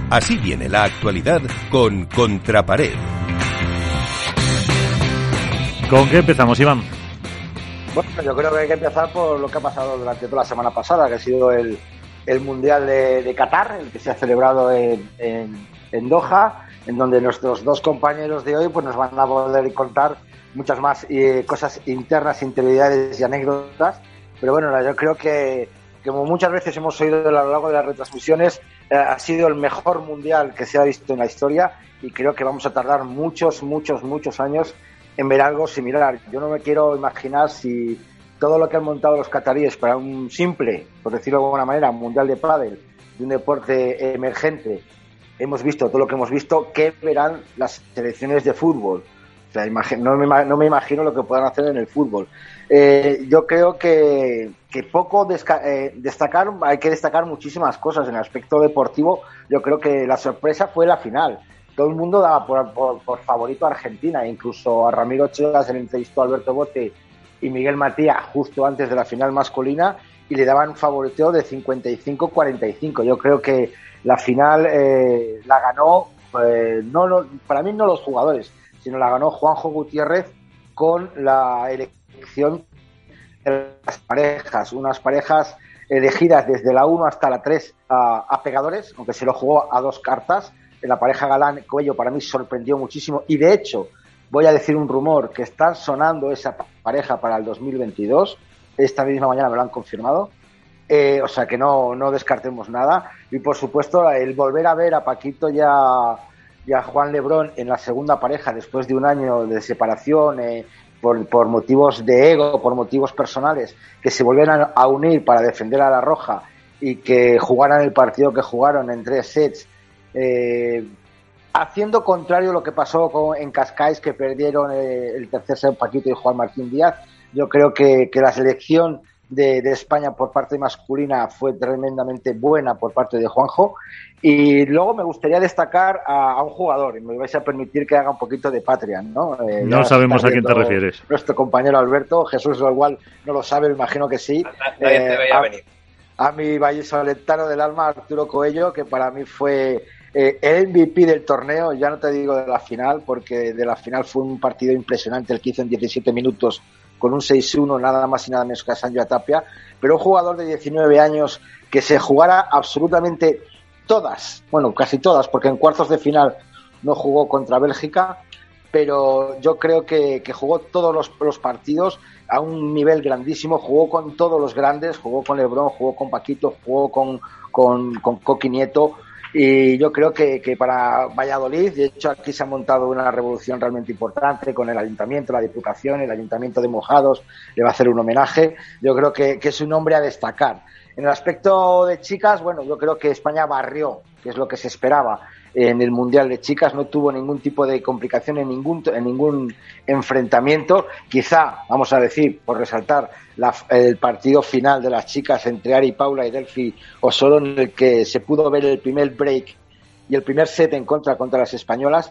Así viene la actualidad con Contrapared. ¿Con qué empezamos, Iván? Bueno, yo creo que hay que empezar por lo que ha pasado durante toda la semana pasada, que ha sido el Mundial de Qatar, el que se ha celebrado en Doha, en donde nuestros dos compañeros de hoy pues nos van a poder contar muchas más cosas internas, interioridades y anécdotas. Pero bueno, yo creo que como muchas veces hemos oído a lo largo de las retransmisiones, ha sido el mejor mundial que se ha visto en la historia y creo que vamos a tardar muchos años en ver algo similar. Yo no me quiero imaginar si todo lo que han montado los cataríes para un simple, por decirlo de alguna manera, mundial de pádel, de un deporte emergente, hemos visto todo lo que hemos visto, ¿qué verán las selecciones de fútbol? O sea, no me imagino lo que puedan hacer en el fútbol. Yo creo que poco destacar, hay que destacar muchísimas cosas en el aspecto deportivo. Yo creo que la sorpresa fue la final. Todo el mundo daba por favorito a Argentina, incluso a Ramiro Ochoa se le entrevistó a Alberto Bote y Miguel Matías justo antes de la final masculina y le daban un favoriteo de 55-45. Yo creo que la final la ganó, para mí no los jugadores, sino la ganó Juanjo Gutiérrez con la elección de las parejas, unas parejas elegidas desde la 1 hasta la 3 a pegadores, aunque se lo jugó a 2 cartas. En la pareja Galán-Cuello para mí sorprendió muchísimo y de hecho voy a decir un rumor que está sonando esa pareja para el 2022. Esta misma mañana me lo han confirmado. O sea que no descartemos nada. Y por supuesto el volver a ver a Paquito y a Juan Lebrón en la segunda pareja después de un año de separación por motivos de ego, por motivos personales, que se volvieran a unir para defender a la Roja y que jugaran el partido que jugaron en 3 sets, haciendo contrario a lo que pasó en Cascais, que perdieron el tercer set Paquito y Juan Martín Díaz. Yo creo que la selección de España por parte masculina fue tremendamente buena por parte de Juanjo. Y luego me gustaría destacar a un jugador, y me vais a permitir que haga un poquito de patria, ¿no? No sabemos a quién te refieres. Nuestro compañero Alberto, Jesús igual no lo sabe, me imagino que sí. Nadie te veía venir. A mi vallisoletano del alma, Arturo Coello, que para mí fue el MVP del torneo, ya no te digo de la final, porque de la final fue un partido impresionante el que hizo en 17 minutos con un 6-1, nada más y nada menos que a Sancho Tapia, pero un jugador de 19 años que se jugara absolutamente todas, bueno, casi todas, porque en cuartos de final no jugó contra Bélgica, pero yo creo que jugó todos los partidos a un nivel grandísimo, jugó con todos los grandes, jugó con Lebrón, jugó con Paquito, jugó con Coqui Nieto, y yo creo que para Valladolid, de hecho aquí se ha montado una revolución realmente importante con el Ayuntamiento, la Diputación, el Ayuntamiento de Mojados le va a hacer un homenaje. Yo creo que es un hombre a destacar. En el aspecto de chicas, bueno, yo creo que España barrió, que es lo que se esperaba en el Mundial de Chicas, no tuvo ningún tipo de complicación en ningún enfrentamiento. Quizá, vamos a decir, por resaltar, el partido final de las chicas entre Ari Paula y Delphi Osoro, en el que se pudo ver el primer break y el primer set en contra las españolas,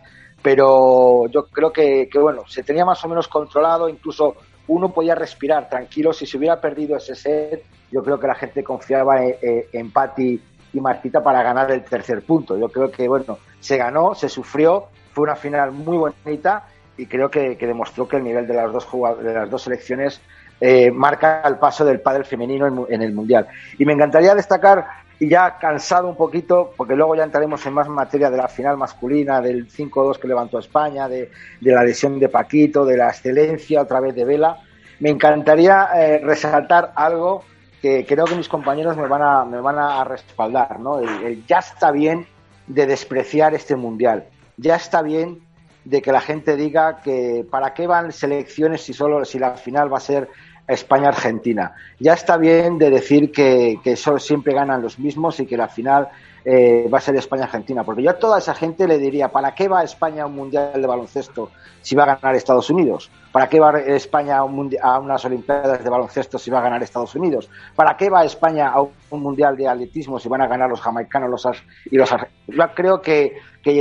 pero yo creo que bueno, se tenía más o menos controlado, incluso uno podía respirar tranquilo. Si se hubiera perdido ese set, yo creo que la gente confiaba en Patti y Martita para ganar el tercer punto. Yo creo que, bueno, se ganó, se sufrió, fue una final muy bonita y creo que demostró que el nivel de las dos selecciones marca el paso del pádel femenino en el Mundial. Y me encantaría destacar, y ya cansado un poquito, porque luego ya entraremos en más materia de la final masculina, del 5-2 que levantó España, de la lesión de Paquito, de la excelencia otra vez de Vela, me encantaría resaltar algo que creo que mis compañeros me van a respaldar, ¿no? Ya está bien de despreciar este Mundial, ya está bien de que la gente diga que para qué van selecciones si la final va a ser España-Argentina. Ya está bien de decir que solo siempre ganan los mismos y que la final va a ser España-Argentina, porque yo a toda esa gente le diría, ¿para qué va España a un mundial de baloncesto si va a ganar Estados Unidos? ¿Para qué va España a unas Olimpiadas de baloncesto si va a ganar Estados Unidos? ¿Para qué va España a un mundial de atletismo si van a ganar los jamaicanos y los argentinos? Yo creo que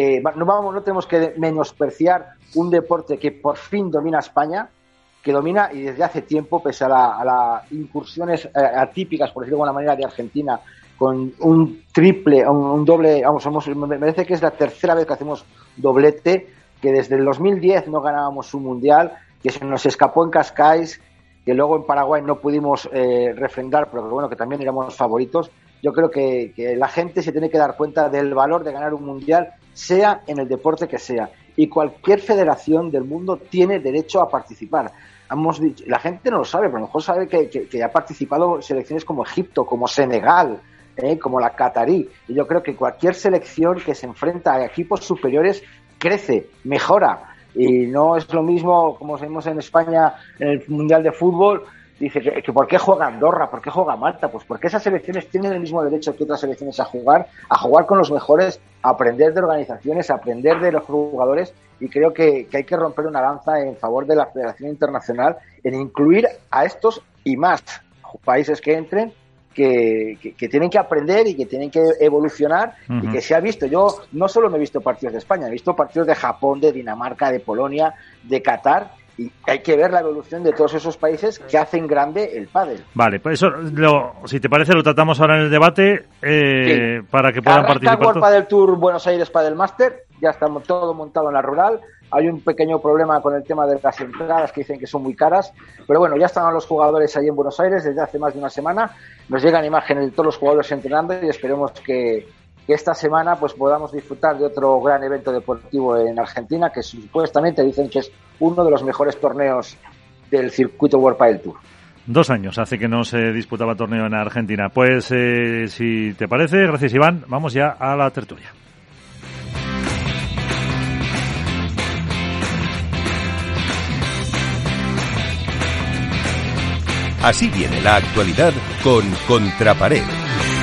no tenemos que menospreciar un deporte que por fin domina España, que domina y desde hace tiempo, pese a las incursiones atípicas, por decirlo de alguna manera, de Argentina con un triple, un doble, me parece que es la tercera vez que hacemos doblete, que desde el 2010 no ganábamos un mundial, que se nos escapó en Cascais, que luego en Paraguay no pudimos refrendar, pero que bueno, que también éramos favoritos. Yo creo que la gente se tiene que dar cuenta del valor de ganar un mundial, sea en el deporte que sea, y cualquier federación del mundo tiene derecho a participar. La gente no lo sabe, pero a lo mejor sabe que ha participado selecciones como Egipto, como Senegal, como la catarí, y yo creo que cualquier selección que se enfrenta a equipos superiores crece, mejora, y no es lo mismo como vemos en España en el Mundial de Fútbol. Dice que ¿por qué juega Andorra? ¿Por qué juega Malta? Pues porque esas selecciones tienen el mismo derecho que otras selecciones a jugar con los mejores, a aprender de organizaciones, a aprender de los jugadores, y creo que hay que romper una lanza en favor de la Federación Internacional en incluir a estos y más países que entren, que tienen que aprender y que tienen que evolucionar, y que se ha visto. Yo no solo me he visto partidos de España, he visto partidos de Japón, de Dinamarca, de Polonia, de Qatar, y hay que ver la evolución de todos esos países que hacen grande el pádel. Vale, pues eso, si te parece, lo tratamos ahora en el debate, sí, para que puedan participar. World Padel Tour Buenos Aires Padel Master, ya está todo montado en la rural. Hay un pequeño problema con el tema de las entradas, que dicen que son muy caras, pero bueno, ya están los jugadores ahí en Buenos Aires desde hace más de una semana. Nos llegan imágenes de todos los jugadores entrenando, y esperemos que esta semana pues podamos disfrutar de otro gran evento deportivo en Argentina, que supuestamente dicen que es uno de los mejores torneos del circuito World Padel Tour. 2 años hace que no se disputaba torneo en Argentina. Pues si te parece, gracias Iván, vamos ya a la tertulia. Así viene la actualidad con Contrapared.